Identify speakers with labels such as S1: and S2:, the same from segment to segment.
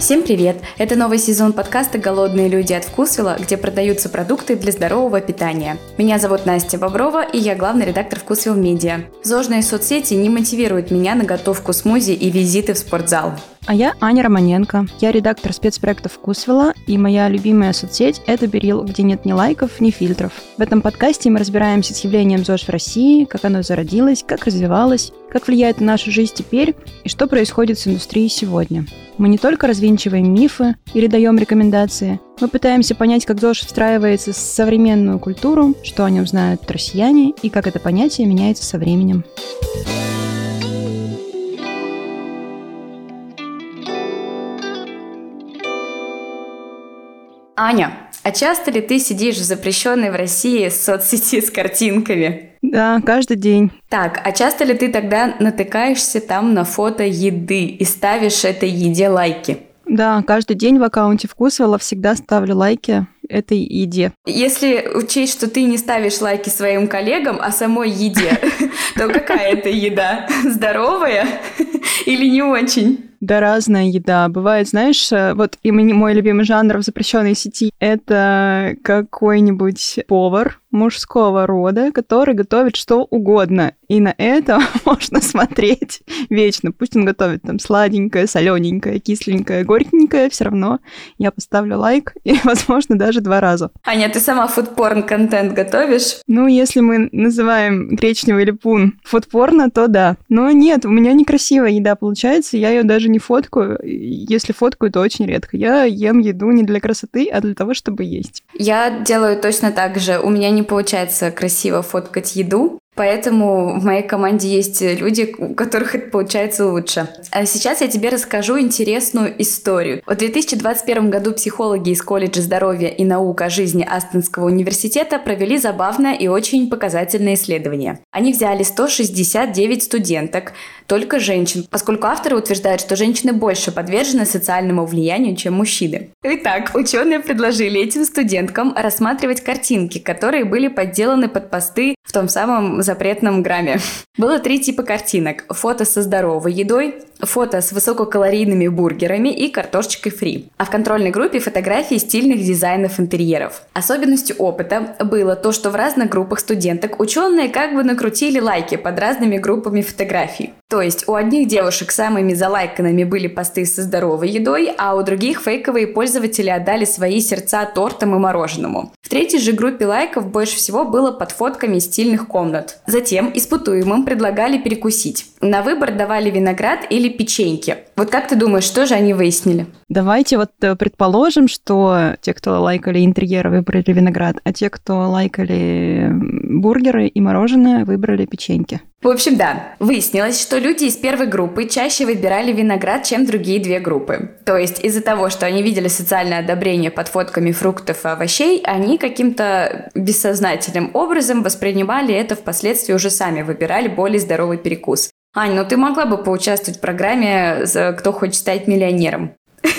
S1: Всем привет! Это новый сезон подкаста «Голодные люди» от Вкусвилла, где продаются продукты для здорового питания. Меня зовут Настя Боброва, и я главный редактор Вкусвилл Медиа. Зожные соцсети не мотивируют меня на готовку смузи и визиты в спортзал.
S2: А я Аня Романенко. Я редактор спецпроектов Вкусвилла, и моя любимая соцсеть – это Берил, где нет ни лайков, ни фильтров. В этом подкасте мы разбираемся с явлением ЗОЖ в России, как оно зародилось, как развивалось, как влияет на нашу жизнь теперь и что происходит с индустрией сегодня. Мы не только развенчиваем мифы или даем рекомендации, мы пытаемся понять, как ЗОЖ встраивается в современную культуру, что о нем знают россияне и как это понятие меняется со временем.
S1: Аня, а часто ли ты сидишь в запрещенной в России соцсети с картинками?
S2: Да, каждый день.
S1: Так, а часто ли ты тогда натыкаешься там на фото еды и ставишь этой еде лайки?
S2: Да, каждый день в аккаунте Вкусвилла всегда ставлю лайки этой еде.
S1: Если учесть, что ты не ставишь лайки своим коллегам, а самой еде, то какая это еда? Здоровая или не очень?
S2: Да, разная еда. Бывает, знаешь, вот мой любимый жанр в запрещенной сети – это какой-нибудь повар мужского рода, который готовит что угодно. И на это можно смотреть вечно. Пусть он готовит там сладенькое, солененькое, кисленькое, горькенькое, все равно я поставлю лайк и, возможно, даже 2 раза.
S1: Аня, ты сама фудпорн-контент готовишь?
S2: Ну, если мы называем гречневый липун фудпорно, то да. Но нет, у меня некрасивая еда получается, я ее даже не фоткаю. Если фоткаю, то очень редко. Я ем еду не для красоты, а для того, чтобы есть.
S1: Я делаю точно так же. У меня не получается красиво фоткать еду, поэтому в моей команде есть люди, у которых это получается лучше. А сейчас я тебе расскажу интересную историю. В 2021 году психологи из колледжа здоровья и наук о жизни Астонского университета провели забавное и очень показательное исследование. Они взяли 169 студенток, только женщин, поскольку авторы утверждают, что женщины больше подвержены социальному влиянию, чем мужчины. Итак, ученые предложили этим студенткам рассматривать картинки, которые были подделаны под посты в том самом запретном грамме. Было 3 типа картинок. Фото со здоровой едой, фото с высококалорийными бургерами и картошечкой фри. А в контрольной группе фотографии стильных дизайнов интерьеров. Особенностью опыта было то, что в разных группах студенток ученые как бы накрутили лайки под разными группами фотографий. То есть у одних девушек самыми залайканными были посты со здоровой едой, а у других фейковые пользователи отдали свои сердца тортам и мороженому. В 3-й же группе лайков больше всего было под фотками стильных комнат. Затем испытуемым предлагали перекусить. На выбор давали виноград или печеньки. Вот как ты думаешь, что же они выяснили?
S2: Давайте вот предположим, что те, кто лайкали интерьеры, выбрали виноград, а те, кто лайкали бургеры и мороженое, выбрали печеньки.
S1: В общем, да, выяснилось, что люди из первой группы чаще выбирали виноград, чем другие 2 группы. То есть из-за того, что они видели социальное одобрение под фотками фруктов и овощей, они каким-то бессознательным образом воспринимали это, впоследствии уже сами выбирали более здоровый перекус. Ань, ну ты могла бы поучаствовать в программе «Кто хочет стать миллионером».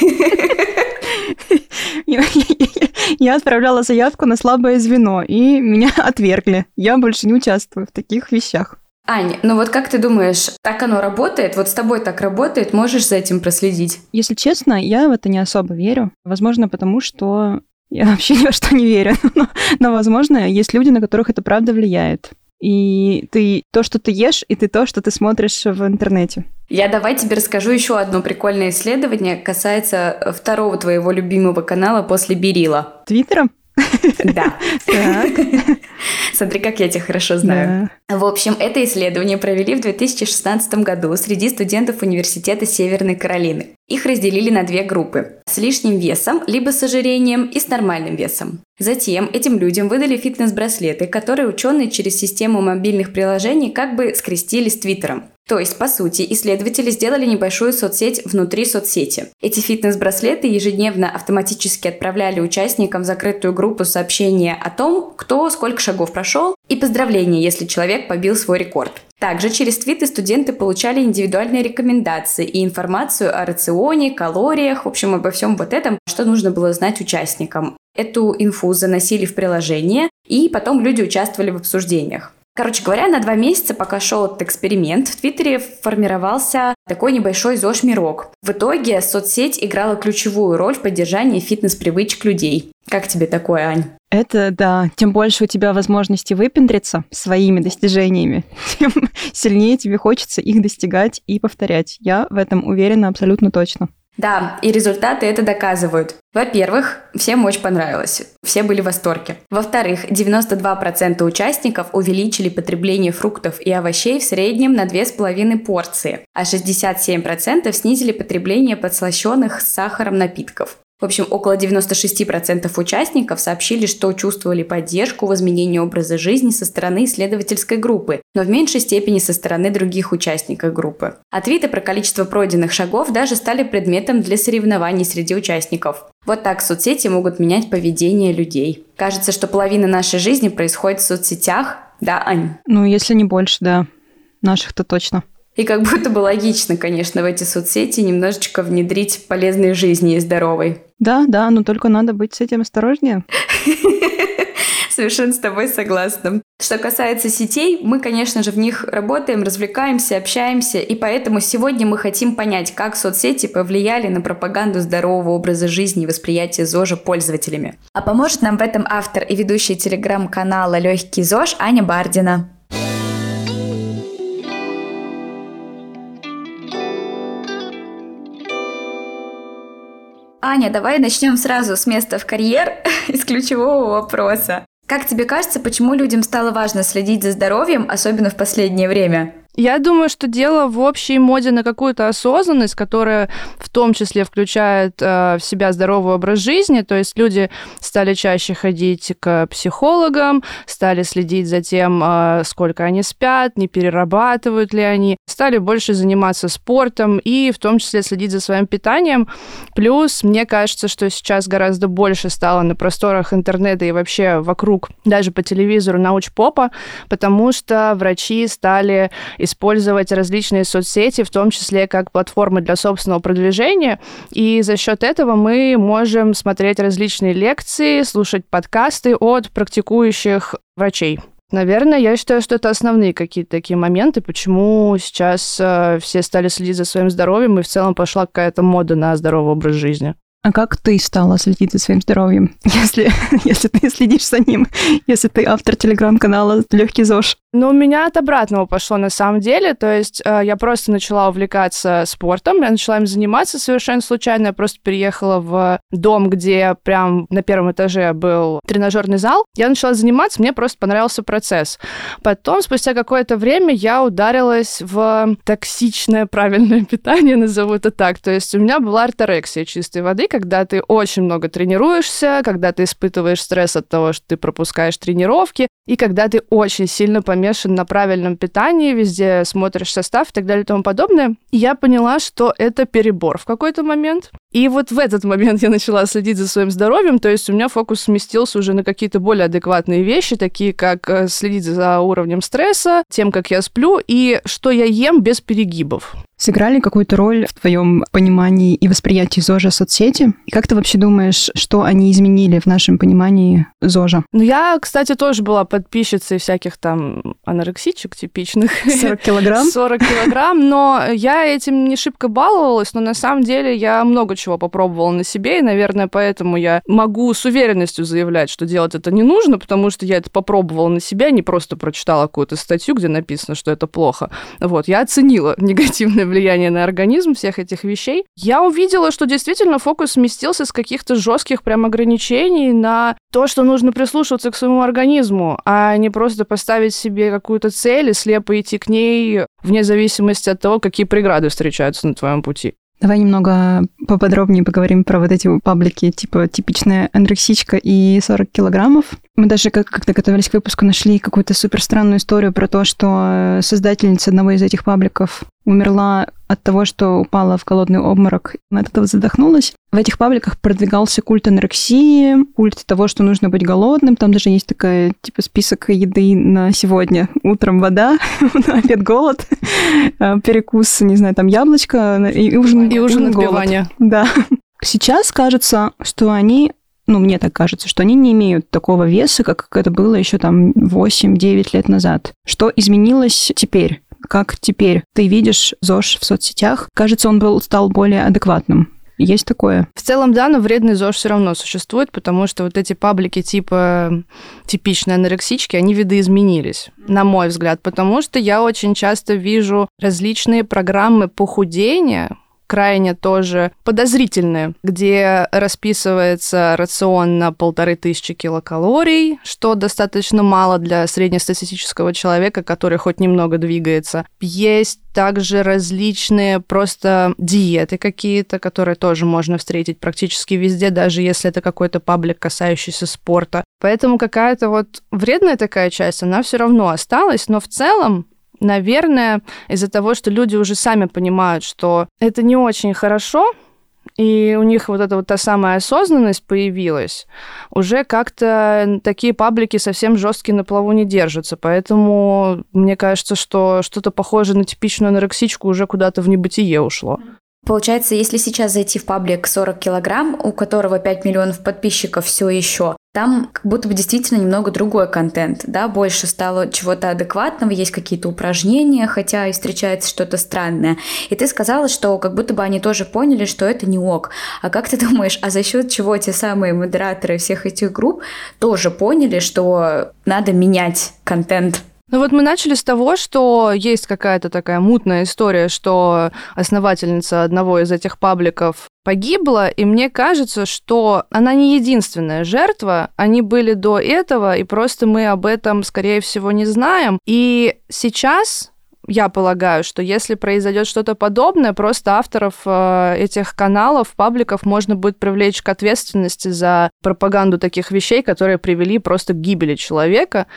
S2: Я отправляла заявку на слабое звено, и меня отвергли. Я больше не участвую в таких вещах.
S1: Ань, ну вот как ты думаешь, так оно работает? Вот с тобой так работает? Можешь за этим проследить?
S2: Если честно, я в это не особо верю. Возможно, потому что я вообще ни во что не верю. Но, возможно, есть люди, на которых это правда влияет. И ты то, что ты ешь, и ты то, что ты смотришь в интернете.
S1: Я давай тебе расскажу еще одно прикольное исследование, касается 2-го твоего любимого канала после Берила.
S2: Твиттером?
S1: Да. Смотри, как я тебя хорошо знаю. В общем, это исследование провели в 2016 году среди студентов университета Северной Каролины. Их разделили на 2 группы – с лишним весом, либо с ожирением, и с нормальным весом. Затем этим людям выдали фитнес-браслеты, которые ученые через систему мобильных приложений как бы скрестили с Твиттером. То есть, по сути, исследователи сделали небольшую соцсеть внутри соцсети. Эти фитнес-браслеты ежедневно автоматически отправляли участникам в закрытую группу сообщения о том, кто сколько шагов прошел, и поздравления, если человек побил свой рекорд. Также через твиты студенты получали индивидуальные рекомендации и информацию о рационе, калориях, в общем, обо всем вот этом, что нужно было знать участникам. Эту инфу заносили в приложение, и потом люди участвовали в обсуждениях. Короче говоря, на 2 месяца, пока шел этот эксперимент, в Твиттере формировался такой небольшой ЗОЖ-мирок. В итоге соцсеть играла ключевую роль в поддержании фитнес-привычек людей. Как тебе такое, Ань?
S2: Это да. Тем больше у тебя возможности выпендриться своими достижениями, тем сильнее тебе хочется их достигать и повторять. Я в этом уверена абсолютно точно.
S1: Да, и результаты это доказывают. Во-первых, всем очень понравилось, все были в восторге. Во-вторых, 92% участников увеличили потребление фруктов и овощей в среднем на 2,5 порции, а 67% снизили потребление подслащенных с сахаром напитков. В общем, около 96% участников сообщили, что чувствовали поддержку в изменении образа жизни со стороны исследовательской группы, но в меньшей степени со стороны других участников группы. А твиты про количество пройденных шагов даже стали предметом для соревнований среди участников. Вот так соцсети могут менять поведение людей. Кажется, что половина нашей жизни происходит в соцсетях, да, Ань?
S2: Ну, если не больше, да. Наших-то точно.
S1: И как будто бы логично, конечно, в эти соцсети немножечко внедрить полезной жизни и здоровой.
S2: Да, но только надо быть с этим осторожнее.
S1: Совершенно с тобой согласна. Что касается сетей, мы, конечно же, в них работаем, развлекаемся, общаемся, и поэтому сегодня мы хотим понять, как соцсети повлияли на пропаганду здорового образа жизни и восприятие ЗОЖа пользователями. А поможет нам в этом автор и ведущий телеграм-канала «Легкий ЗОЖ» Аня Бардина. Аня, давай начнем сразу с места в карьер и с ключевого вопроса. Как тебе кажется, почему людям стало важно следить за здоровьем, особенно в последнее время?
S3: Я думаю, что дело в общей моде на какую-то осознанность, которая в том числе включает в себя здоровый образ жизни. То есть люди стали чаще ходить к психологам, стали следить за тем, сколько они спят, не перерабатывают ли они, стали больше заниматься спортом и в том числе следить за своим питанием. Плюс, мне кажется, что сейчас гораздо больше стало на просторах интернета и вообще вокруг, даже по телевизору, научпопа, потому что врачи стали использовать различные соцсети, в том числе как платформы для собственного продвижения. И за счет этого мы можем смотреть различные лекции, слушать подкасты от практикующих врачей. Наверное, я считаю, что это основные какие-то такие моменты, почему сейчас все стали следить за своим здоровьем, и в целом пошла какая-то мода на здоровый образ жизни.
S2: А как ты стала следить за своим здоровьем, если ты следишь за ним, если ты автор телеграм-канала «Легкий ЗОЖ»?
S3: Ну, у меня от обратного пошло на самом деле, то есть я просто начала увлекаться спортом, я начала им заниматься совершенно случайно, я просто переехала в дом, где прям на первом этаже был тренажерный зал, я начала заниматься, мне просто понравился процесс. Потом, спустя какое-то время, я ударилась в токсичное правильное питание, назову это так, то есть у меня была орторексия чистой воды, когда ты очень много тренируешься, когда ты испытываешь стресс от того, что ты пропускаешь тренировки, и когда ты очень сильно помешан на правильном питании, везде смотришь состав и так далее и тому подобное. И я поняла, что это перебор в какой-то момент. И вот в этот момент я начала следить за своим здоровьем, то есть у меня фокус сместился уже на какие-то более адекватные вещи, такие как следить за уровнем стресса, тем, как я сплю и что я ем без перегибов.
S2: Сыграли какую-то роль в твоем понимании и восприятии ЗОЖа соцсети? И как ты вообще думаешь, что они изменили в нашем понимании ЗОЖа?
S3: Ну, я, кстати, тоже была подписчицей всяких там анорексичек типичных.
S2: 40 килограмм?
S3: 40 килограмм, но я этим не шибко баловалась, но на самом деле я много чего попробовала на себе, и, наверное, поэтому я могу с уверенностью заявлять, что делать это не нужно, потому что я это попробовала на себя, не просто прочитала какую-то статью, где написано, что это плохо. Вот, я оценила негативное влияние на организм всех этих вещей. Я увидела, что действительно фокус сместился с каких-то жестких прям ограничений на то, что нужно прислушиваться к своему организму, а не просто поставить себе какую-то цель и слепо идти к ней вне зависимости от того, какие преграды встречаются на твоем пути.
S2: Давай немного поподробнее поговорим про вот эти паблики, типа типичная анорексичка и 40 килограммов. Мы даже когда готовились к выпуску, нашли какую-то супер странную историю про то, что создательница одного из этих пабликов умерла от того, что упала в голодный обморок, от этого задохнулась. В этих пабликах продвигался культ анорексии, культ того, что нужно быть голодным. Там даже есть такая, типа, список еды на сегодня. Утром вода, на обед голод, перекус, не знаю, там яблочко и ужин
S3: отбивание.
S2: Да. Сейчас кажется, что они мне так кажется, что они не имеют такого веса, как это было еще там 8-9 лет назад. Что изменилось теперь? Как теперь ты видишь ЗОЖ в соцсетях? Кажется, он стал более адекватным. Есть такое?
S3: В целом, да, но вредный ЗОЖ все равно существует, потому что вот эти паблики типа типичные анорексички, они видоизменились, на мой взгляд, потому что я очень часто вижу различные программы похудения, крайне тоже подозрительные, где расписывается рацион на 1500 килокалорий, что достаточно мало для среднестатистического человека, который хоть немного двигается. Есть также различные просто диеты какие-то, которые тоже можно встретить практически везде, даже если это какой-то паблик, касающийся спорта. Поэтому какая-то вот вредная такая часть, она все равно осталась, но в целом, наверное, из-за того, что люди уже сами понимают, что это не очень хорошо, и у них вот эта вот та самая осознанность появилась, уже как-то такие паблики совсем жесткие на плаву не держатся. Поэтому мне кажется, что что-то похожее на типичную анорексичку уже куда-то в небытие ушло.
S1: Получается, если сейчас зайти в паблик 40 килограмм, у которого 5 миллионов подписчиков все еще, там как будто бы действительно немного другой контент, да, больше стало чего-то адекватного, есть какие-то упражнения, хотя и встречается что-то странное. И ты сказала, что как будто бы они тоже поняли, что это не ок. А как ты думаешь, а за счет чего те самые модераторы всех этих групп тоже поняли, что надо менять контент?
S3: Ну вот мы начали с того, что есть какая-то такая мутная история, что основательница одного из этих пабликов погибла, и мне кажется, что она не единственная жертва, они были до этого, и просто мы об этом, скорее всего, не знаем. И сейчас я полагаю, что если произойдет что-то подобное, просто авторов этих каналов, пабликов можно будет привлечь к ответственности за пропаганду таких вещей, которые привели просто к гибели человека,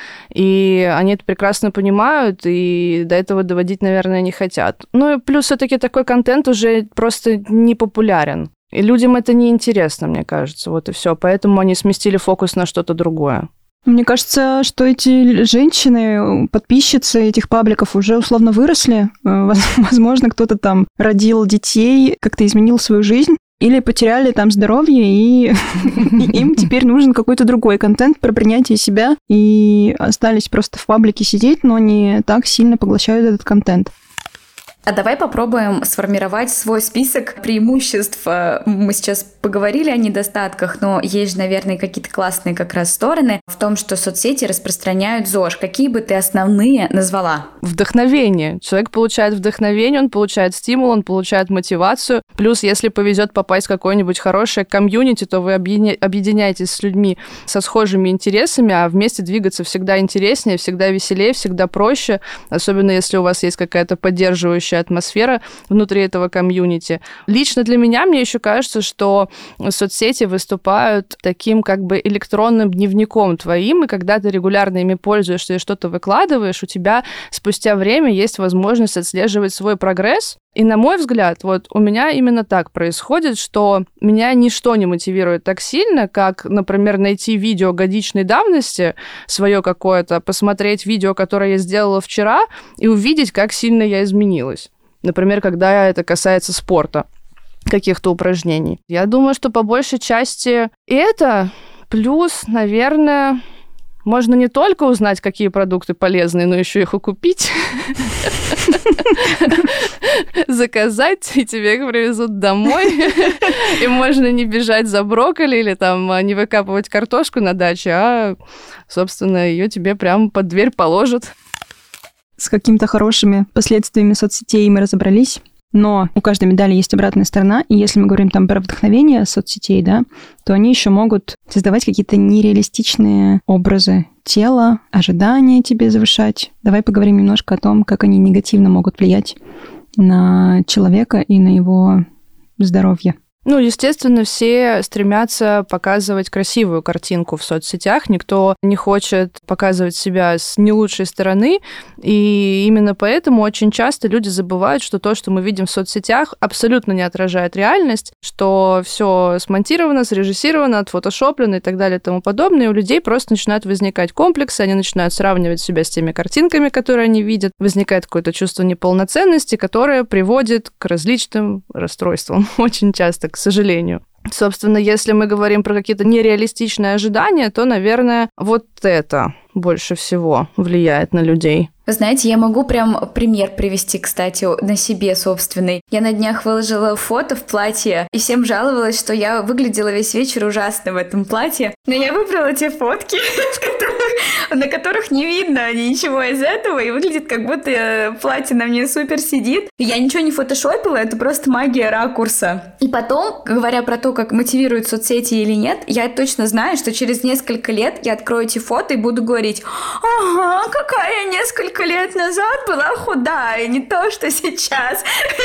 S3: и они это прекрасно понимают, и до этого доводить, наверное, не хотят. Ну и плюс все-таки такой контент уже просто не популярен. И людям это неинтересно, мне кажется, вот и все. Поэтому они сместили фокус на что-то другое.
S2: Мне кажется, что эти женщины, подписчицы этих пабликов уже условно выросли. Возможно, кто-то там родил детей, как-то изменил свою жизнь. Или потеряли там здоровье, и им теперь нужен какой-то другой контент про принятие себя. И остались просто в паблике сидеть, но не так сильно поглощают этот контент.
S1: А давай попробуем сформировать свой список преимуществ. Мы сейчас поговорили о недостатках, но есть же, наверное, какие-то классные как раз стороны в том, что соцсети распространяют ЗОЖ. Какие бы ты основные назвала?
S3: Вдохновение. Человек получает вдохновение, он получает стимул, он получает мотивацию. Плюс, если повезет попасть в какое-нибудь хорошее комьюнити, то вы объединяетесь с людьми со схожими интересами, а вместе двигаться всегда интереснее, всегда веселее, всегда проще, особенно если у вас есть какая-то поддерживающая атмосфера внутри этого комьюнити. Лично для меня, мне еще кажется, что соцсети выступают таким как бы электронным дневником твоим, и когда ты регулярно ими пользуешься и что-то выкладываешь, у тебя спустя время есть возможность отслеживать свой прогресс. И, на мой взгляд, вот у меня именно так происходит, что меня ничто не мотивирует так сильно, как, например, найти видео годичной давности, свое какое-то, посмотреть видео, которое я сделала вчера, и увидеть, как сильно я изменилась. Например, когда это касается спорта, каких-то упражнений. Я думаю, что по большей части это, плюс, наверное, можно не только узнать, какие продукты полезные, но еще их и купить, заказать, и тебе их привезут домой. И можно не бежать за брокколи или там не выкапывать картошку на даче, а, собственно, ее тебе прямо под дверь положат.
S2: С какими-то хорошими последствиями соцсетей мы разобрались. Но у каждой медали есть обратная сторона, и если мы говорим там про вдохновение соцсетей, да, то они еще могут создавать какие-то нереалистичные образы тела, ожидания тебе завышать. Давай поговорим немножко о том, как они негативно могут влиять на человека и на его здоровье.
S3: Ну, естественно, все стремятся показывать красивую картинку в соцсетях. Никто не хочет показывать себя с не лучшей стороны. И именно поэтому очень часто люди забывают, что то, что мы видим в соцсетях, абсолютно не отражает реальность, что все смонтировано, срежиссировано, отфотошоплено и так далее и тому подобное. И у людей просто начинают возникать комплексы, они начинают сравнивать себя с теми картинками, которые они видят. Возникает какое-то чувство неполноценности, которое приводит к различным расстройствам очень часто, к сожалению. Собственно, если мы говорим про какие-то нереалистичные ожидания, то, наверное, вот это больше всего влияет на людей.
S1: Вы знаете, я могу прям пример привести, кстати, на себе собственный. Я на днях выложила фото в платье и всем жаловалась, что я выглядела весь вечер ужасно в этом платье. Но я выбрала те фотки, на которых не видно ничего из этого, и выглядит, как будто платье на мне супер сидит. Я ничего не фотошопила, это просто магия ракурса. И потом, говоря про то, как мотивируют соцсети или нет, я точно знаю, что через несколько лет я открою эти фото и буду говорить: ага, какая я несколько лет назад была худая, не то, что сейчас.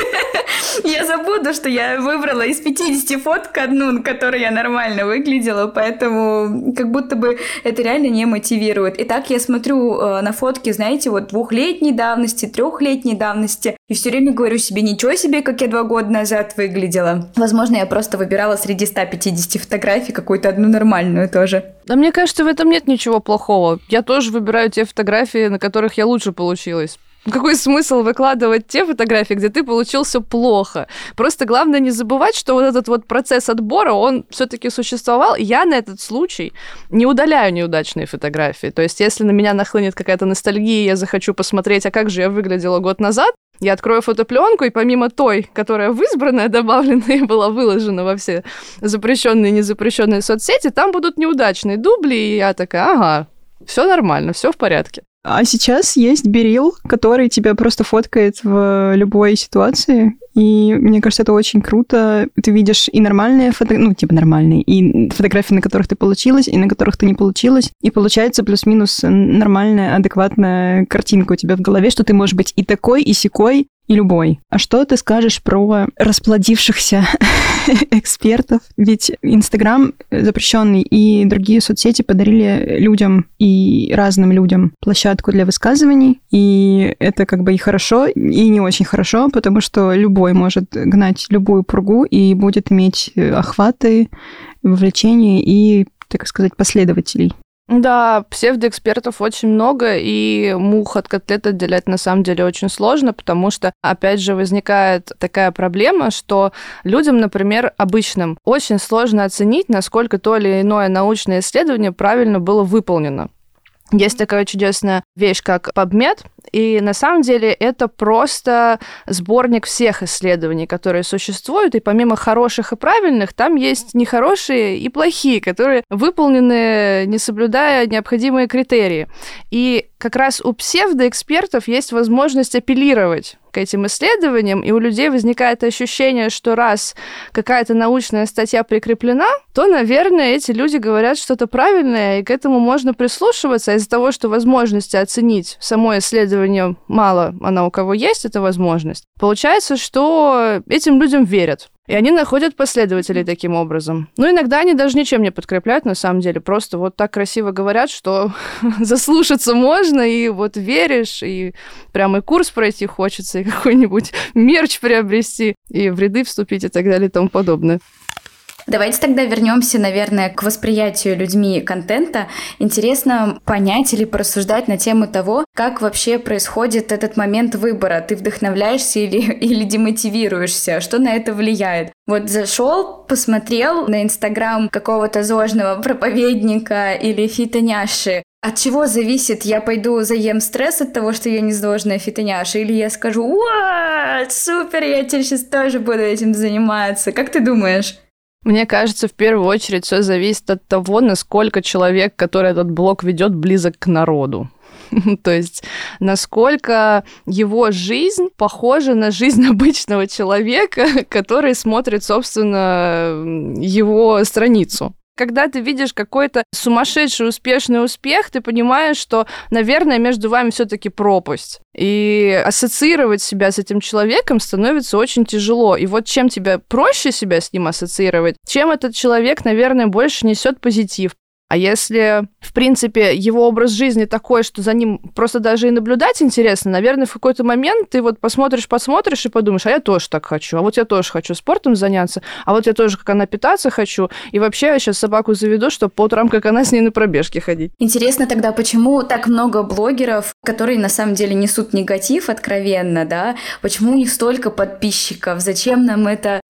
S1: Я забуду, что я выбрала из 50 фоток одну, на которой я нормально выглядела, поэтому как будто бы это реально не мотивирует. И так я смотрю на фотки, знаете, вот 2-летней давности, 3-летней давности, и все время говорю себе: ничего себе, как я 2 года назад выглядела. Возможно, я просто выбирала среди 150 фотографий какую-то одну нормальную тоже.
S3: Да мне кажется, в этом нет ничего плохого. Я тоже выбираю те фотографии, на которых я лучше получилась. Какой смысл выкладывать те фотографии, где ты получился плохо? Просто главное не забывать, что вот этот вот процесс отбора, он все-таки существовал. Я на этот случай не удаляю неудачные фотографии. То есть если на меня нахлынет какая-то ностальгия, я захочу посмотреть, а как же я выглядела год назад, я открою фотопленку, и помимо той, которая в избранное добавлена и была выложена во все запрещенные и незапрещенные соцсети, там будут неудачные дубли, и я такая: ага, все нормально, все в порядке.
S2: А сейчас есть BeReal, который тебя просто фоткает в любой ситуации, и мне кажется, это очень круто. Ты видишь и нормальные нормальные, и фотографии, на которых ты получилась, и на которых ты не получилась, и получается плюс-минус нормальная, адекватная картинка у тебя в голове, что ты можешь быть и такой, и сякой, и любой. А что ты скажешь про расплодившихся экспертов? Ведь Инстаграм запрещенный и другие соцсети подарили людям и разным людям площадку для высказываний, и это как бы и хорошо, и не очень хорошо, потому что любой может гнать любую пургу и будет иметь охваты, вовлечения и, так сказать, последователей.
S3: Да, псевдоэкспертов очень много, и мух от котлет отделять на самом деле очень сложно, потому что, опять же, возникает такая проблема, что людям, например, обычным, очень сложно оценить, насколько то или иное научное исследование правильно было выполнено. Есть такая чудесная вещь, как PubMed, и на самом деле это просто сборник всех исследований, которые существуют, и помимо хороших и правильных, там есть нехорошие и плохие, которые выполнены, не соблюдая необходимые критерии. И как раз у псевдоэкспертов есть возможность апеллировать к этим исследованиям, и у людей возникает ощущение, что раз какая-то научная статья прикреплена, то, наверное, эти люди говорят что-то правильное, и к этому можно прислушиваться. Из-за того, что возможности оценить само исследование мало, она у кого есть эта возможность, получается, что этим людям верят. И они находят последователей таким образом. Ну, иногда они даже ничем не подкрепляют, на самом деле. Просто вот так красиво говорят, что заслушаться можно, и вот веришь, и прям и курс пройти хочется, и какой-нибудь мерч приобрести, и в ряды вступить, и так далее, и тому подобное.
S1: Давайте тогда вернемся, наверное, к восприятию людьми контента. Интересно понять или порассуждать на тему того, как вообще происходит этот момент выбора. Ты вдохновляешься или демотивируешься? Что на это влияет? Вот зашел, посмотрел на Инстаграм какого-то зожного проповедника или фитоняши. От чего зависит, я пойду заем стресс от того, что я не зожная фитоняша, или я скажу: «Уа, супер, я теперь сейчас тоже буду этим заниматься». Как ты думаешь?
S3: Мне кажется, в первую очередь все зависит от того, насколько человек, который этот блог ведет, близок к народу. То есть, насколько его жизнь похожа на жизнь обычного человека, который смотрит, собственно, его страницу. Когда ты видишь какой-то сумасшедший успешный успех, ты понимаешь, что, наверное, между вами все-таки пропасть. И ассоциировать себя с этим человеком становится очень тяжело. И вот чем тебе проще себя с ним ассоциировать, чем этот человек, наверное, больше несет позитив. А если, в принципе, его образ жизни такой, что за ним просто даже и наблюдать интересно, наверное, в какой-то момент ты вот посмотришь и подумаешь: а я тоже так хочу, а вот я тоже хочу спортом заняться, а вот я тоже, как она, питаться хочу, и вообще я сейчас собаку заведу, чтобы по утрам, как она, с ней на пробежке ходить.
S1: Интересно тогда, почему так много блогеров, которые на самом деле несут негатив откровенно, да? Почему у них столько подписчиков? Зачем нам это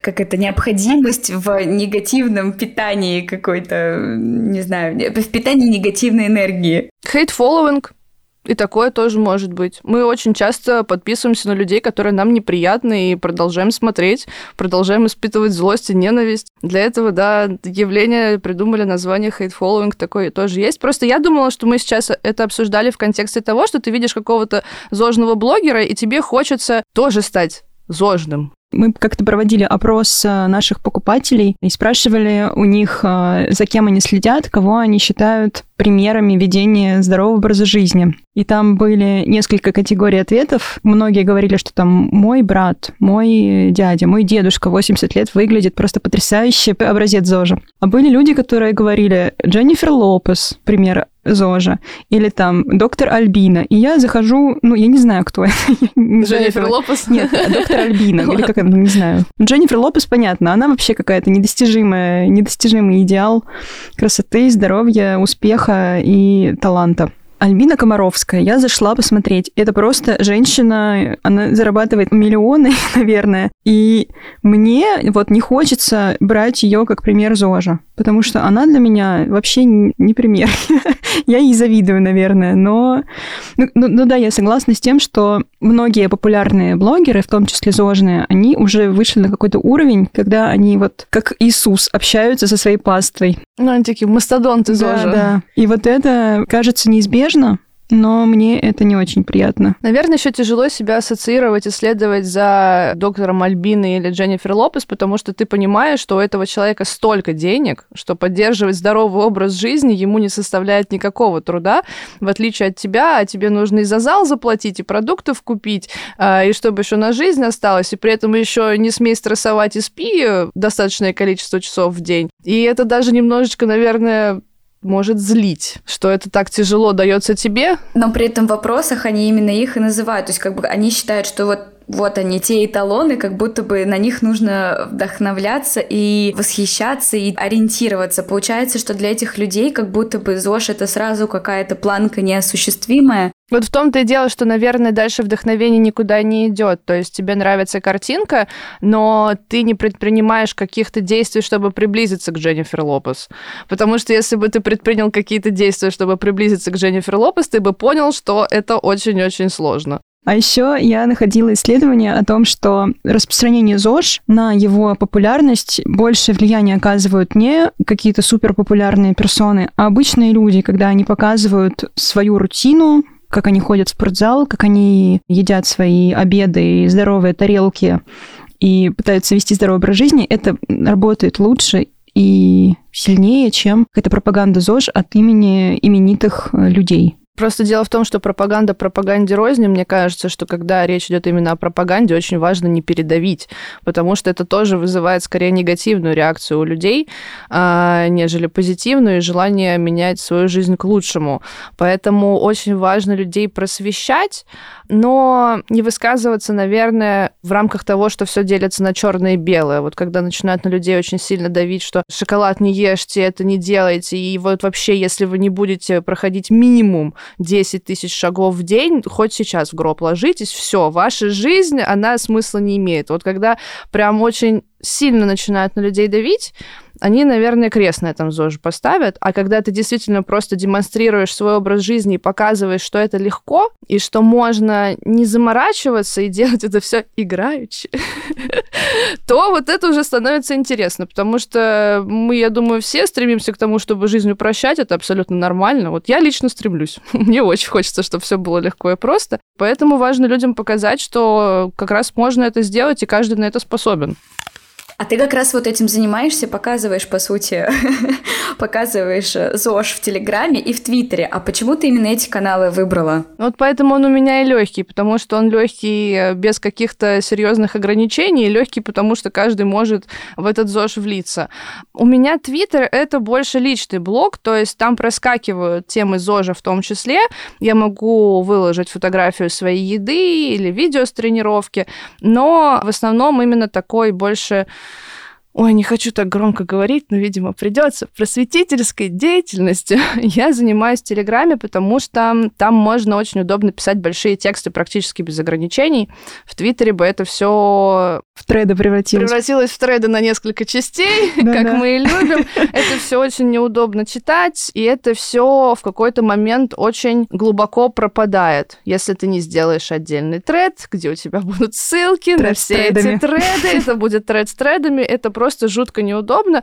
S1: как это, необходимость в негативном питании какой-то, не знаю, в питании негативной энергии.
S3: Хейт-фолловинг. И такое тоже может быть. Мы очень часто подписываемся на людей, которые нам неприятны, и продолжаем смотреть, продолжаем испытывать злость и ненависть. Для этого, да, явление придумали название хейт-фолловинг, такое тоже есть. Просто я думала, что мы сейчас это обсуждали в контексте того, что ты видишь какого-то зожного блогера, и тебе хочется тоже стать зожным.
S2: Мы как-то проводили опрос наших покупателей и спрашивали у них, за кем они следят, кого они считают примерами ведения здорового образа жизни. И там были несколько категорий ответов. Многие говорили, что там мой брат, мой дядя, мой дедушка 80 лет выглядит просто потрясающе, образец ЗОЖа. А были люди, которые говорили Дженнифер Лопес, пример ЗОЖа, или там доктор Альбина. И я захожу, я не знаю, кто это.
S3: Дженнифер Лопес?
S2: Нет, доктор Альбина, или как это, не знаю. Дженнифер Лопес, понятно, она вообще какая-то недостижимый идеал красоты, здоровья, успеха и таланта. Альбина Комаровская. Я зашла посмотреть. Это просто женщина, она зарабатывает миллионы, наверное. И мне не хочется брать ее как пример ЗОЖа, потому что она для меня вообще не пример. Я ей завидую, наверное. Но да, я согласна с тем, что многие популярные блогеры, в том числе ЗОЖные, они уже вышли на какой-то уровень, когда они как Иисус общаются со своей паствой.
S3: Они такие мастодонты ЗОЖа.
S2: Да. И это кажется неизбежно, но мне это не очень приятно.
S3: Наверное, еще тяжело себя ассоциировать и следовать за доктором Альбиной или Дженнифер Лопес, потому что ты понимаешь, что у этого человека столько денег, что поддерживать здоровый образ жизни ему не составляет никакого труда, в отличие от тебя, а тебе нужно и за зал заплатить, и продуктов купить, и чтобы еще на жизнь осталось, и при этом еще не смей стрессовать и спи достаточное количество часов в день. И это даже немножечко, наверное, может злить, что это так тяжело дается тебе.
S1: Но при этом в вопросах они именно их и называют. То есть они считают, что вот они, те эталоны, как будто бы на них нужно вдохновляться и восхищаться, и ориентироваться. Получается, что для этих людей как будто бы ЗОЖ — это сразу какая-то планка неосуществимая.
S3: Вот в том-то и дело, что, наверное, дальше вдохновение никуда не идет. То есть тебе нравится картинка, но ты не предпринимаешь каких-то действий, чтобы приблизиться к Дженнифер Лопес. Потому что если бы ты предпринял какие-то действия, чтобы приблизиться к Дженнифер Лопес, ты бы понял, что это очень-очень сложно.
S2: А еще я находила исследование о том, что распространение ЗОЖ на его популярность больше влияния оказывают не какие-то суперпопулярные персоны, а обычные люди, когда они показывают свою рутину, как они ходят в спортзал, как они едят свои обеды и здоровые тарелки и пытаются вести здоровый образ жизни, это работает лучше и сильнее, чем какая-то пропаганда ЗОЖ от имени именитых людей.
S3: Просто дело в том, что пропаганда пропаганде рознь. Мне кажется, что когда речь идет именно о пропаганде, очень важно не передавить, потому что это тоже вызывает скорее негативную реакцию у людей, нежели позитивную, и желание менять свою жизнь к лучшему. Поэтому очень важно людей просвещать, но не высказываться, наверное, в рамках того, что все делится на черное и белое. Вот когда начинают на людей очень сильно давить, что шоколад не ешьте, это не делайте, и вообще, если вы не будете проходить минимум 10 тысяч шагов в день, хоть сейчас в гроб ложитесь, все, ваша жизнь, она смысла не имеет. Вот когда прям очень сильно начинают на людей давить, они, наверное, крест на этом ЗОЖе поставят. А когда ты действительно просто демонстрируешь свой образ жизни и показываешь, что это легко, и что можно не заморачиваться и делать это все играючи, то вот это уже становится интересно, потому что мы, я думаю, все стремимся к тому, чтобы жизнь упрощать, это абсолютно нормально. Вот я лично стремлюсь. Мне очень хочется, чтобы все было легко и просто. Поэтому важно людям показать, что как раз можно это сделать, и каждый на это способен.
S1: А ты как раз вот этим занимаешься, показываешь, по сути, показываешь ЗОЖ в Телеграме и в Твиттере. А почему ты именно эти каналы выбрала?
S3: Вот поэтому он у меня и легкий, потому что он легкий без каких-то серьезных ограничений, и легкий, потому что каждый может в этот ЗОЖ влиться. У меня Твиттер — это больше личный блог, то есть там проскакивают темы ЗОЖа в том числе. Я могу выложить фотографию своей еды или видео с тренировки, но в основном именно такой больше ой, не хочу так громко говорить, но, видимо, придется, просветительской деятельностью я занимаюсь в Телеграме, потому что там можно очень удобно писать большие тексты практически без ограничений. В Твиттере бы это все
S2: в треды превратилось
S3: в треды на несколько частей, как мы и любим. Это все очень неудобно читать, и это все в какой-то момент очень глубоко пропадает, если ты не сделаешь отдельный тред, где у тебя будут ссылки на все эти треды. Это будет тред с тредами, это просто жутко неудобно.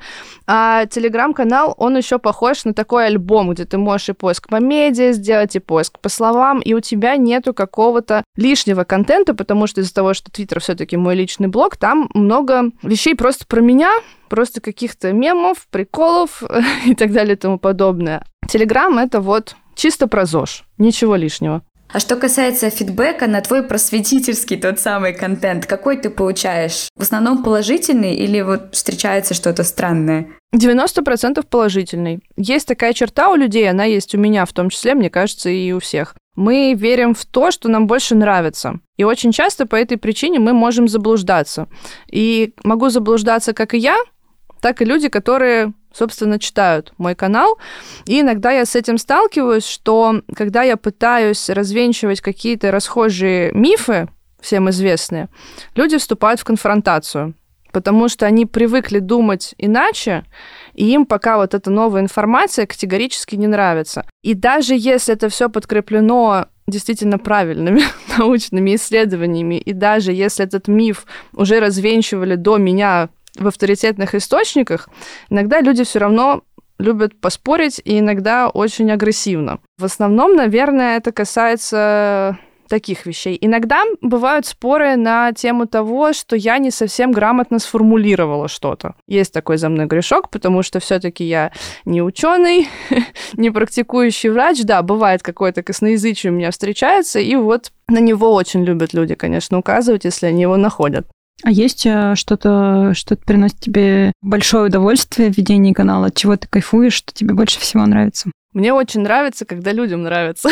S3: А Телеграм-канал, он еще похож на такой альбом, где ты можешь и поиск по медиа сделать, и поиск по словам, и у тебя нету какого-то лишнего контента, потому что из-за того, что Твиттер все-таки мой личный блог, там много вещей просто про меня, просто каких-то мемов, приколов и так далее и тому подобное. Телеграм — это вот чисто про ЗОЖ, ничего лишнего.
S1: А что касается фидбэка на твой просветительский тот самый контент, какой ты получаешь? В основном положительный или вот встречается что-то странное?
S3: 90% положительный. Есть такая черта у людей, она есть у меня в том числе, мне кажется, и у всех. Мы верим в то, что нам больше нравится. И очень часто по этой причине мы можем заблуждаться. И могу заблуждаться как и я, так и люди, которые, собственно, читают мой канал. И иногда я с этим сталкиваюсь, что когда я пытаюсь развенчивать какие-то расхожие мифы, всем известные, люди вступают в конфронтацию, потому что они привыкли думать иначе, и им пока вот эта новая информация категорически не нравится. И даже если это все подкреплено действительно правильными научными исследованиями, и даже если этот миф уже развенчивали до меня в авторитетных источниках, иногда люди все равно любят поспорить, и иногда очень агрессивно. В основном, наверное, это касается таких вещей. Иногда бывают споры на тему того, что я не совсем грамотно сформулировала что-то. Есть такой за мной грешок, потому что все-таки я не ученый, не практикующий врач. Да, бывает какое-то косноязычие у меня встречается, и вот на него очень любят люди, конечно, указывать, если они его находят.
S2: А есть что-то, что приносит тебе большое удовольствие в ведении канала? От чего ты кайфуешь, что тебе больше всего нравится?
S3: Мне очень нравится, когда людям нравится.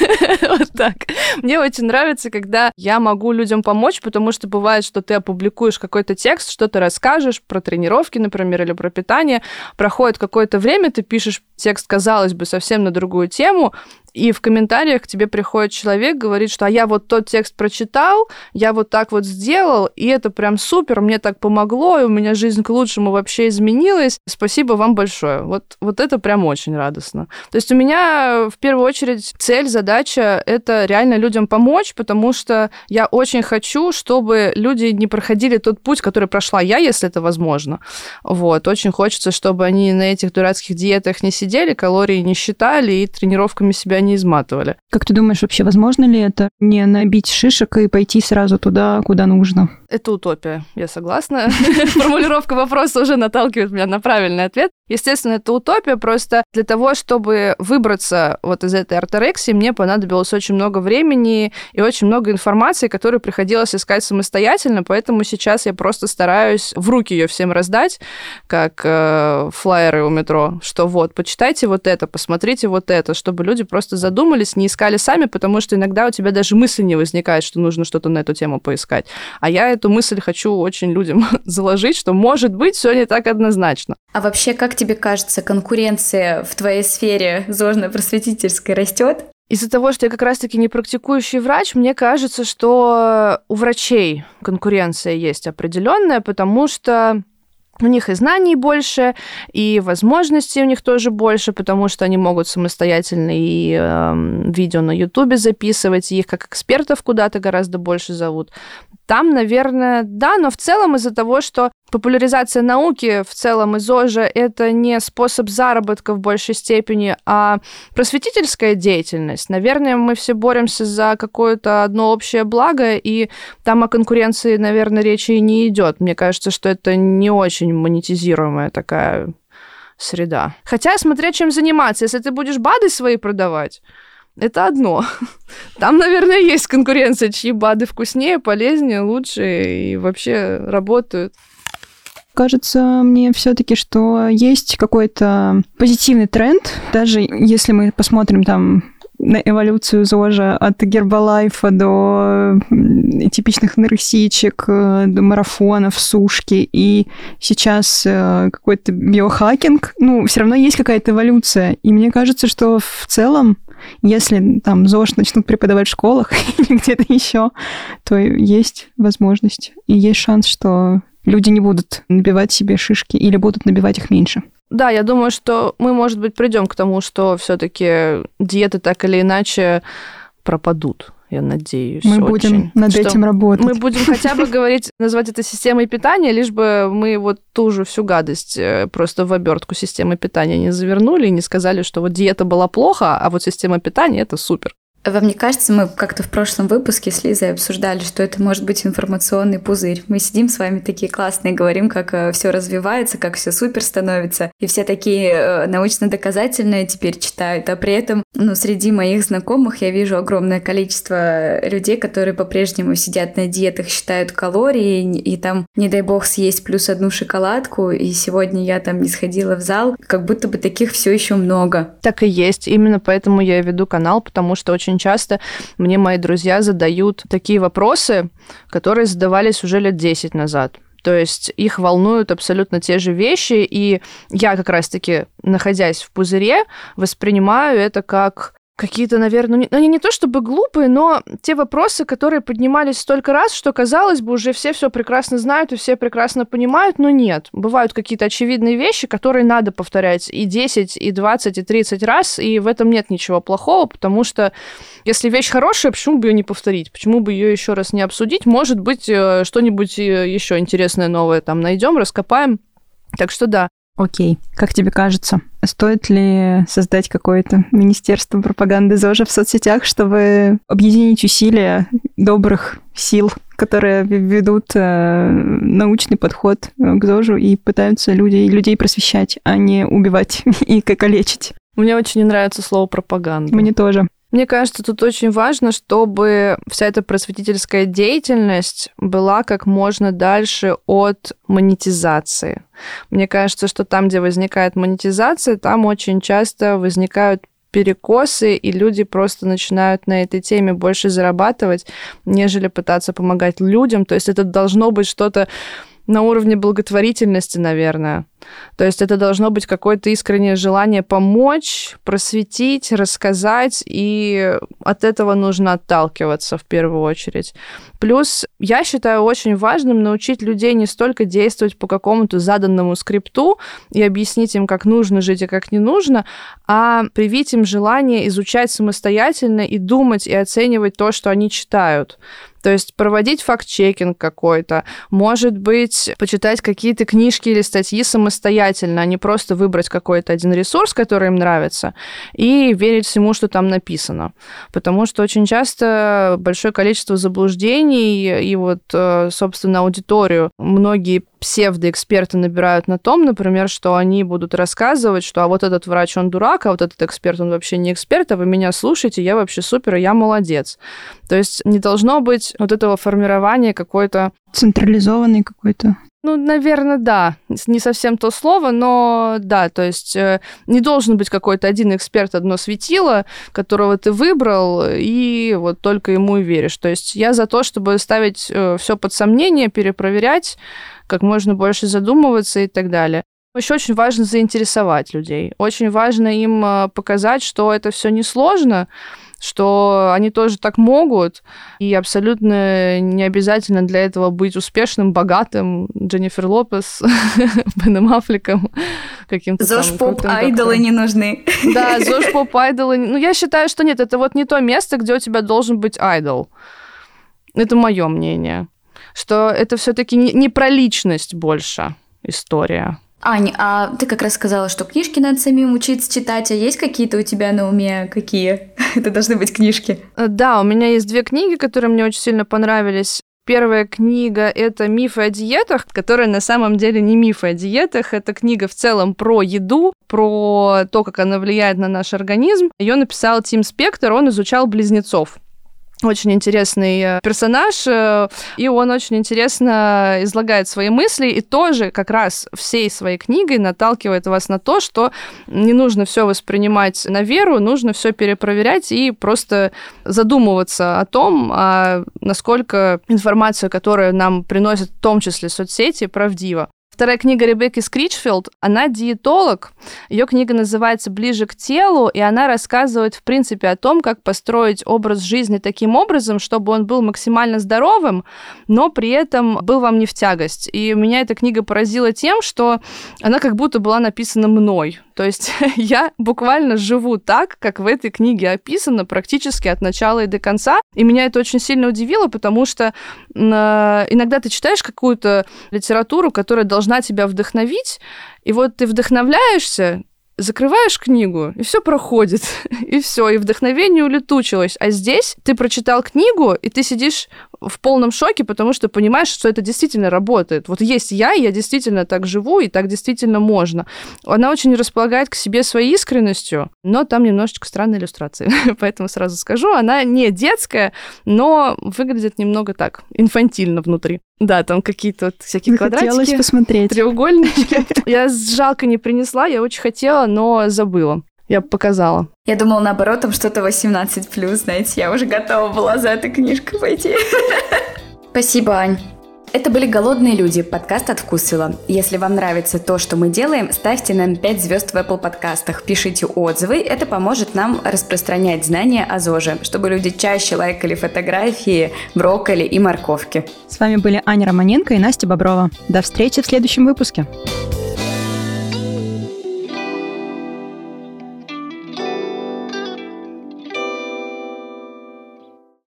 S3: Вот так. Мне очень нравится, когда я могу людям помочь, потому что бывает, что ты опубликуешь какой-то текст, что-то расскажешь про тренировки, например, или про питание. Проходит какое-то время, ты пишешь текст, казалось бы, совсем на другую тему, и в комментариях к тебе приходит человек, говорит, что «а я вот тот текст прочитал, я вот так вот сделал, и это прям супер, мне так помогло, и у меня жизнь к лучшему вообще изменилась. Спасибо вам большое». Вот это прям очень радостно. То есть у меня в первую очередь цель, задача — это реально людям помочь, потому что я очень хочу, чтобы люди не проходили тот путь, который прошла я, если это возможно. Вот. Очень хочется, чтобы они на этих дурацких диетах не сидели, калории не считали и тренировками себя не изматывали.
S2: Как ты думаешь, вообще возможно ли это? Не набить шишек и пойти сразу туда, куда нужно?
S3: Это утопия, я согласна. Формулировка вопроса уже наталкивает меня на правильный ответ. Естественно, это утопия, просто для того, чтобы выбраться вот из этой орторексии, мне понадобилось очень много времени и очень много информации, которую приходилось искать самостоятельно, поэтому сейчас я просто стараюсь в руки ее всем раздать, как флаеры у метро, что вот, почитайте вот это, посмотрите вот это, чтобы люди просто задумались, не искали сами, потому что иногда у тебя даже мысли не возникает, что нужно что-то на эту тему поискать. А я эту мысль хочу очень людям заложить, что, может быть, все не так однозначно.
S1: А вообще, как тебе кажется, конкуренция в твоей сфере ЗОЖно-просветительской растет?
S3: Из-за того, что я как раз-таки не практикующий врач, мне кажется, что у врачей конкуренция есть определенная, потому что у них и знаний больше, и возможностей у них тоже больше, потому что они могут самостоятельно и видео на Ютубе записывать, и их как экспертов куда-то гораздо больше зовут. Там, наверное, да, но в целом из-за того, что популяризация науки в целом и ЗОЖа — это не способ заработка в большей степени, а просветительская деятельность. Наверное, мы все боремся за какое-то одно общее благо, и там о конкуренции, наверное, речи и не идет. Мне кажется, что это не очень монетизируемая такая среда. Хотя, смотря чем заниматься, если ты будешь БАДы свои продавать, это одно. Там, наверное, есть конкуренция, чьи БАДы вкуснее, полезнее, лучше и вообще работают.
S2: Кажется мне все-таки, что есть какой-то позитивный тренд, даже если мы посмотрим там на эволюцию ЗОЖа от Гербалайфа до типичных нейросичек, до марафонов, сушки, и сейчас какой-то биохакинг, все равно есть какая-то эволюция. И мне кажется, что в целом, если там ЗОЖ начнут преподавать в школах или где-то еще, то есть возможность и есть шанс, что люди не будут набивать себе шишки или будут набивать их меньше.
S3: Да, я думаю, что мы, может быть, придем к тому, что все-таки диеты так или иначе пропадут. Я надеюсь.
S2: Мы будем над этим работать.
S3: Мы будем хотя бы говорить, назвать это системой питания, лишь бы мы вот ту же всю гадость просто в обертку системы питания не завернули и не сказали, что вот диета была плохо, а вот система питания – это супер.
S1: Вам не кажется, мы как-то в прошлом выпуске с Лизой обсуждали, что это может быть информационный пузырь. Мы сидим с вами такие классные, говорим, как все развивается, как все супер становится, и все такие научно-доказательные теперь читают, а при этом, среди моих знакомых я вижу огромное количество людей, которые по-прежнему сидят на диетах, считают калории, и там, не дай бог, съесть плюс одну шоколадку, и сегодня я там не сходила в зал, как будто бы таких все еще много.
S3: Так и есть. Именно поэтому я веду канал, потому что очень часто мне мои друзья задают такие вопросы, которые задавались уже лет 10 назад. То есть их волнуют абсолютно те же вещи, и я как раз-таки, находясь в пузыре, воспринимаю это как какие-то, наверное, они не то чтобы глупые, но те вопросы, которые поднимались столько раз, что, казалось бы, уже все прекрасно знают и все прекрасно понимают, но нет. Бывают какие-то очевидные вещи, которые надо повторять и 10, и 20, и 30 раз, и в этом нет ничего плохого, потому что если вещь хорошая, почему бы ее не повторить? Почему бы ее еще раз не обсудить? Может быть, что-нибудь еще интересное, новое там найдем, раскопаем. Так что да.
S2: Окей. Как тебе кажется, стоит ли создать какое-то министерство пропаганды ЗОЖа в соцсетях, чтобы объединить усилия добрых сил, которые ведут научный подход к ЗОЖу и пытаются людей просвещать, а не убивать и калечить?
S3: Мне очень не нравится слово «пропаганда».
S2: Мне тоже.
S3: Мне кажется, тут очень важно, чтобы вся эта просветительская деятельность была как можно дальше от монетизации. Мне кажется, что там, где возникает монетизация, там очень часто возникают перекосы, и люди просто начинают на этой теме больше зарабатывать, нежели пытаться помогать людям. То есть это должно быть что-то на уровне благотворительности, наверное. То есть это должно быть какое-то искреннее желание помочь, просветить, рассказать, и от этого нужно отталкиваться в первую очередь. Плюс я считаю очень важным научить людей не столько действовать по какому-то заданному скрипту и объяснить им, как нужно жить и как не нужно, а привить им желание изучать самостоятельно и думать, и оценивать то, что они читают. То есть проводить факт-чекинг какой-то, может быть, почитать какие-то книжки или статьи самостоятельно, а не просто выбрать какой-то один ресурс, который им нравится, и верить всему, что там написано. Потому что очень часто большое количество заблуждений, и вот, собственно, аудиторию многие псевдоэксперты набирают на том, например, что они будут рассказывать, что а вот этот врач, он дурак, а вот этот эксперт, он вообще не эксперт, а вы меня слушаете, я вообще супер, и я молодец. То есть не должно быть вот этого формирования какой-то...
S2: Централизованный какой-то.
S3: Наверное, да. Не совсем то слово, но да, то есть не должен быть какой-то один эксперт, одно светило, которого ты выбрал, и вот только ему и веришь. То есть я за то, чтобы ставить все под сомнение, перепроверять, как можно больше задумываться и так далее. Еще очень важно заинтересовать людей. Очень важно им показать, что это все несложно, что они тоже так могут, и абсолютно не обязательно для этого быть успешным, богатым, Дженнифер Лопес, Беном Аффлеком, каким-то
S1: ЗОЖ-поп-айдолы не нужны.
S3: Да, ЗОЖ-поп-айдолы. Я считаю, что нет, это вот не то место, где у тебя должен быть айдол. Это мое мнение. Что это все-таки не про личность больше история.
S1: Ань, а ты как раз сказала, что книжки надо самим учиться читать, а есть какие-то у тебя на уме? Какие? Это должны быть книжки.
S3: Да, у меня есть 2 книги, которые мне очень сильно понравились. Первая книга — это «Мифы о диетах», которая на самом деле не мифы о диетах, это книга в целом про еду, про то, как она влияет на наш организм. Ее написал Тим Спектор, он изучал близнецов. очень интересный персонаж, и он очень интересно излагает свои мысли, и тоже как раз всей своей книгой наталкивает вас на то, что не нужно все воспринимать на веру, нужно все перепроверять и просто задумываться о том, насколько информация, которую нам приносят в том числе соцсети, правдива. Вторая книга Ребекки Скричфилд, она диетолог. Ее книга называется «Ближе к телу», и она рассказывает, в принципе, о том, как построить образ жизни таким образом, чтобы он был максимально здоровым, но при этом был вам не в тягость. И меня эта книга поразила тем, что она как будто была написана мной. То есть я буквально живу так, как в этой книге описано, практически от начала и до конца. И меня это очень сильно удивило, потому что иногда ты читаешь какую-то литературу, которая должна тебя вдохновить, и вот ты вдохновляешься, закрываешь книгу, и все проходит, и все, и вдохновение улетучилось. А здесь ты прочитал книгу, и ты сидишь в полном шоке, потому что понимаешь, что это действительно работает. Вот есть я действительно так живу, и так действительно можно. Она очень располагает к себе своей искренностью, но там немножечко странные иллюстрации. Поэтому сразу скажу, она не детская, но выглядит немного так, инфантильно внутри. Да, там какие-то вот всякие квадратики,
S2: посмотреть.
S3: Треугольнички. Я жалко не принесла, я очень хотела, но забыла. Я бы показала.
S1: Я думала, наоборот, там что-то 18+, знаете, я уже готова была за этой книжкой пойти. Спасибо, Ань. Это были «Голодные люди», подкаст от Вкусвилла. Если вам нравится то, что мы делаем, ставьте нам 5 звезд в Apple подкастах, пишите отзывы, это поможет нам распространять знания о ЗОЖе, чтобы люди чаще лайкали фотографии брокколи и морковки.
S2: С вами были Аня Романенко и Настя Боброва. До встречи в следующем выпуске.